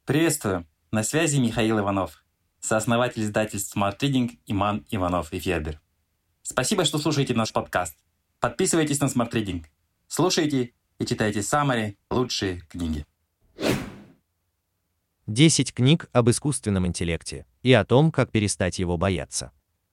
Приветствую! На связи Михаил Иванов, сооснователь издательств Smart Reading Иман Иванов и Федер. Спасибо, что слушаете наш подкаст. Подписывайтесь на Smart Reading. Слушайте и читайте самые лучшие книги. 10 книг об искусственном интеллекте и о том, как перестать его бояться.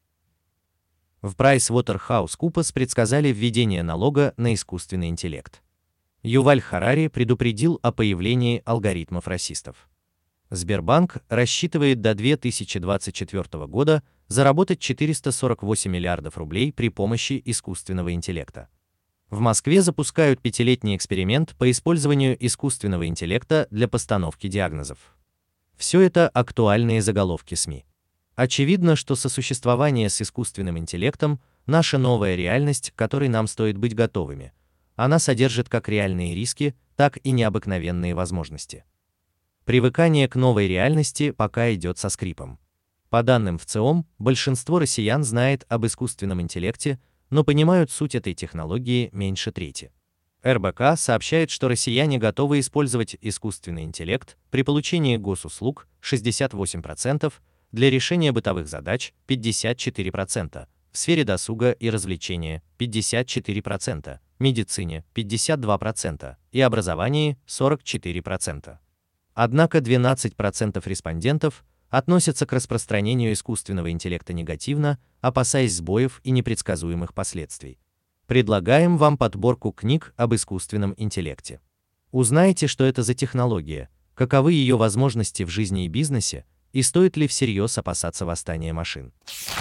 В PricewaterhouseCoopers предсказали введение налога на искусственный интеллект. Юваль Харари предупредил о появлении алгоритмов расистов. Сбербанк рассчитывает до 2024 года заработать 448 миллиардов рублей при помощи искусственного интеллекта. В Москве запускают 5-летний эксперимент по использованию искусственного интеллекта для постановки диагнозов. Все это актуальные заголовки СМИ. Очевидно, что сосуществование с искусственным интеллектом – наша новая реальность, к которой нам стоит быть готовыми. Она содержит как реальные риски, так и необыкновенные возможности. Привыкание к новой реальности пока идет со скрипом. По данным ВЦИОМ, большинство россиян знает об искусственном интеллекте, но понимают суть этой технологии меньше трети. РБК сообщает, что россияне готовы использовать искусственный интеллект при получении госуслуг 68%, для решения бытовых задач 54%, в сфере досуга и развлечения 54%, медицине 52% и образовании 44%. Однако 12% респондентов относятся к распространению искусственного интеллекта негативно, опасаясь сбоев и непредсказуемых последствий. Предлагаем вам подборку книг об искусственном интеллекте. Узнайте, что это за технология, каковы ее возможности в жизни и бизнесе, и стоит ли всерьез опасаться восстания машин.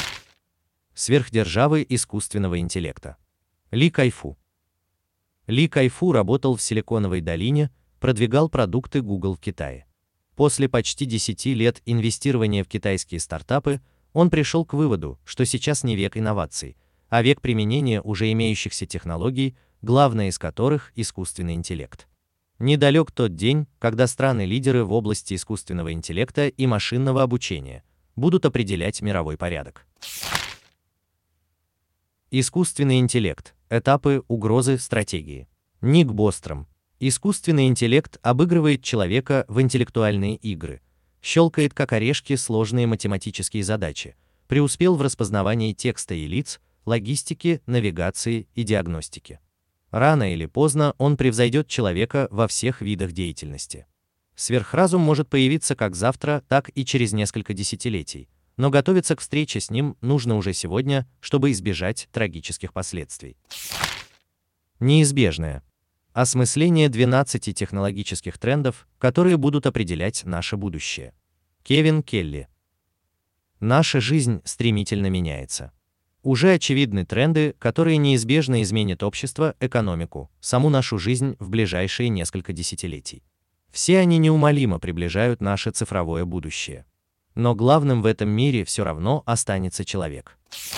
Сверхдержавы искусственного интеллекта. Ли Кайфу. Ли Кайфу работал в Силиконовой долине, продвигал продукты Google в Китае. После почти 10 лет инвестирования в китайские стартапы, он пришел к выводу, что сейчас не век инноваций, а век применения уже имеющихся технологий, главная из которых – искусственный интеллект. Недалек тот день, когда страны-лидеры в области искусственного интеллекта и машинного обучения будут определять мировой порядок. Искусственный интеллект. Этапы, угрозы, стратегии. Ник Бостром. Искусственный интеллект обыгрывает человека в интеллектуальные игры, щелкает как орешки сложные математические задачи, преуспел в распознавании текста и лиц, логистике, навигации и диагностике. Рано или поздно он превзойдет человека во всех видах деятельности. Сверхразум может появиться как завтра, так и через несколько десятилетий, но готовиться к встрече с ним нужно уже сегодня, чтобы избежать трагических последствий. Неизбежное. Осмысление 12 технологических трендов, которые будут определять наше будущее. Кевин Келли. Наша жизнь стремительно меняется. Уже очевидны тренды, которые неизбежно изменят общество, экономику, саму нашу жизнь в ближайшие несколько десятилетий. Все они неумолимо приближают наше цифровое будущее. Но главным в этом мире все равно останется человек.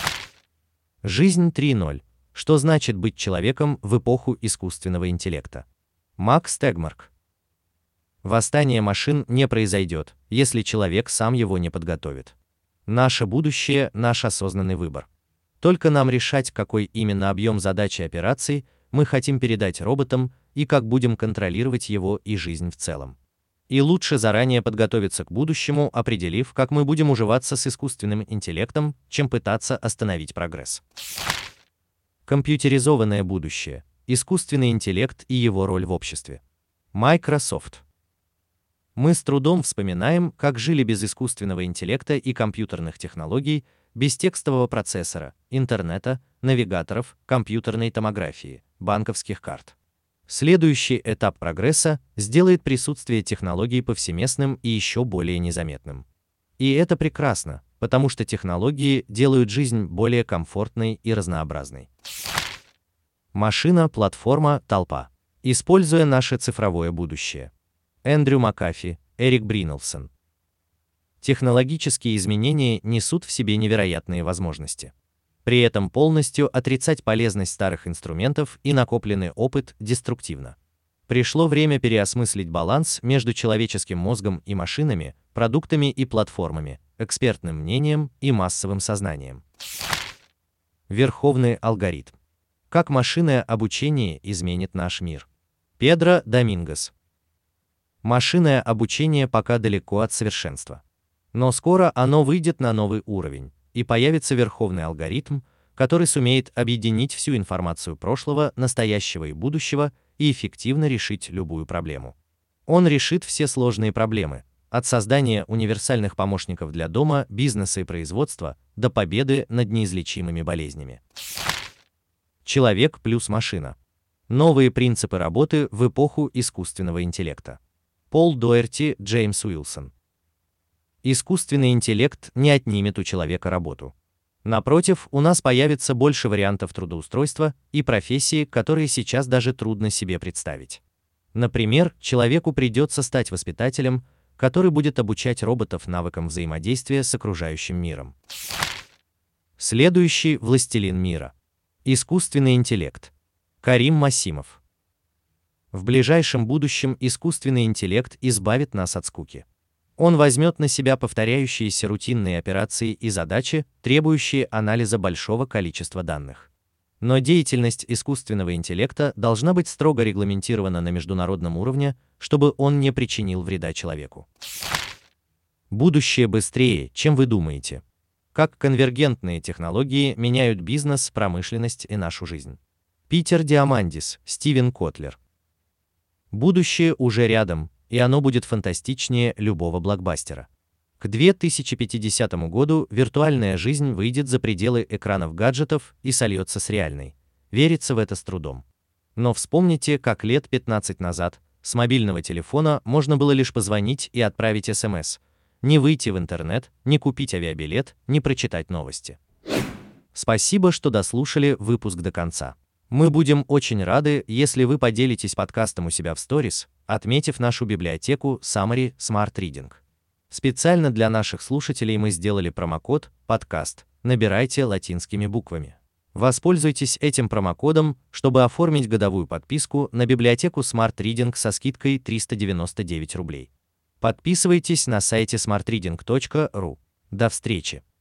Жизнь 3.0. Что значит быть человеком в эпоху искусственного интеллекта? Макс Тегмарк. Восстание машин не произойдет, если человек сам его не подготовит. Наше будущее – наш осознанный выбор. Только нам решать, какой именно объем задач и операций мы хотим передать роботам и как будем контролировать его и жизнь в целом. И лучше заранее подготовиться к будущему, определив, как мы будем уживаться с искусственным интеллектом, чем пытаться остановить прогресс. Компьютеризованное будущее. Искусственный интеллект и его роль в обществе. Microsoft. Мы с трудом вспоминаем, как жили без искусственного интеллекта и компьютерных технологий, без текстового процессора, интернета, навигаторов, компьютерной томографии, банковских карт. Следующий этап прогресса сделает присутствие технологий повсеместным и еще более незаметным. И это прекрасно, потому что технологии делают жизнь более комфортной и разнообразной. Машина, платформа, толпа. Используя наше цифровое будущее. Эндрю Макафи, Эрик Бринолфсон. Технологические изменения несут в себе невероятные возможности. При этом полностью отрицать полезность старых инструментов и накопленный опыт деструктивно. Пришло время переосмыслить баланс между человеческим мозгом и машинами, продуктами и платформами, экспертным мнением и массовым сознанием. Верховный алгоритм. Как машинное обучение изменит наш мир. Педро Домингос. Машинное обучение пока далеко от совершенства. Но скоро оно выйдет на новый уровень, и появится верховный алгоритм, который сумеет объединить всю информацию прошлого, настоящего и будущего и эффективно решить любую проблему. Он решит все сложные проблемы, от создания универсальных помощников для дома, бизнеса и производства до победы над неизлечимыми болезнями. Человек плюс машина. Новые принципы работы в эпоху искусственного интеллекта. Пол Доерти, Джеймс Уилсон. Искусственный интеллект не отнимет у человека работу. Напротив, у нас появится больше вариантов трудоустройства и профессий, которые сейчас даже трудно себе представить. Например, человеку придется стать воспитателем, который будет обучать роботов навыкам взаимодействия с окружающим миром. Следующий властелин мира. Искусственный интеллект. Карим Масимов. В ближайшем будущем искусственный интеллект избавит нас от скуки. Он возьмет на себя повторяющиеся рутинные операции и задачи, требующие анализа большого количества данных. Но деятельность искусственного интеллекта должна быть строго регламентирована на международном уровне, чтобы он не причинил вреда человеку. Будущее быстрее, чем вы думаете. Как конвергентные технологии меняют бизнес, промышленность и нашу жизнь. Питер Диамандис, Стивен Котлер. Будущее уже рядом, и оно будет фантастичнее любого блокбастера. К 2050 году виртуальная жизнь выйдет за пределы экранов гаджетов и сольется с реальной. Верится в это с трудом. Но вспомните, как лет 15 назад с мобильного телефона можно было лишь позвонить и отправить СМС, не выйти в интернет, не купить авиабилет, не прочитать новости. Спасибо, что дослушали выпуск до конца. Мы будем очень рады, если вы поделитесь подкастом у себя в сторис, отметив нашу библиотеку Summary Smart Reading. Специально для наших слушателей мы сделали промокод «Подкаст». Набирайте латинскими буквами. Воспользуйтесь этим промокодом, чтобы оформить годовую подписку на библиотеку Smart Reading со скидкой 399 рублей. Подписывайтесь на сайте smartreading.ru. До встречи!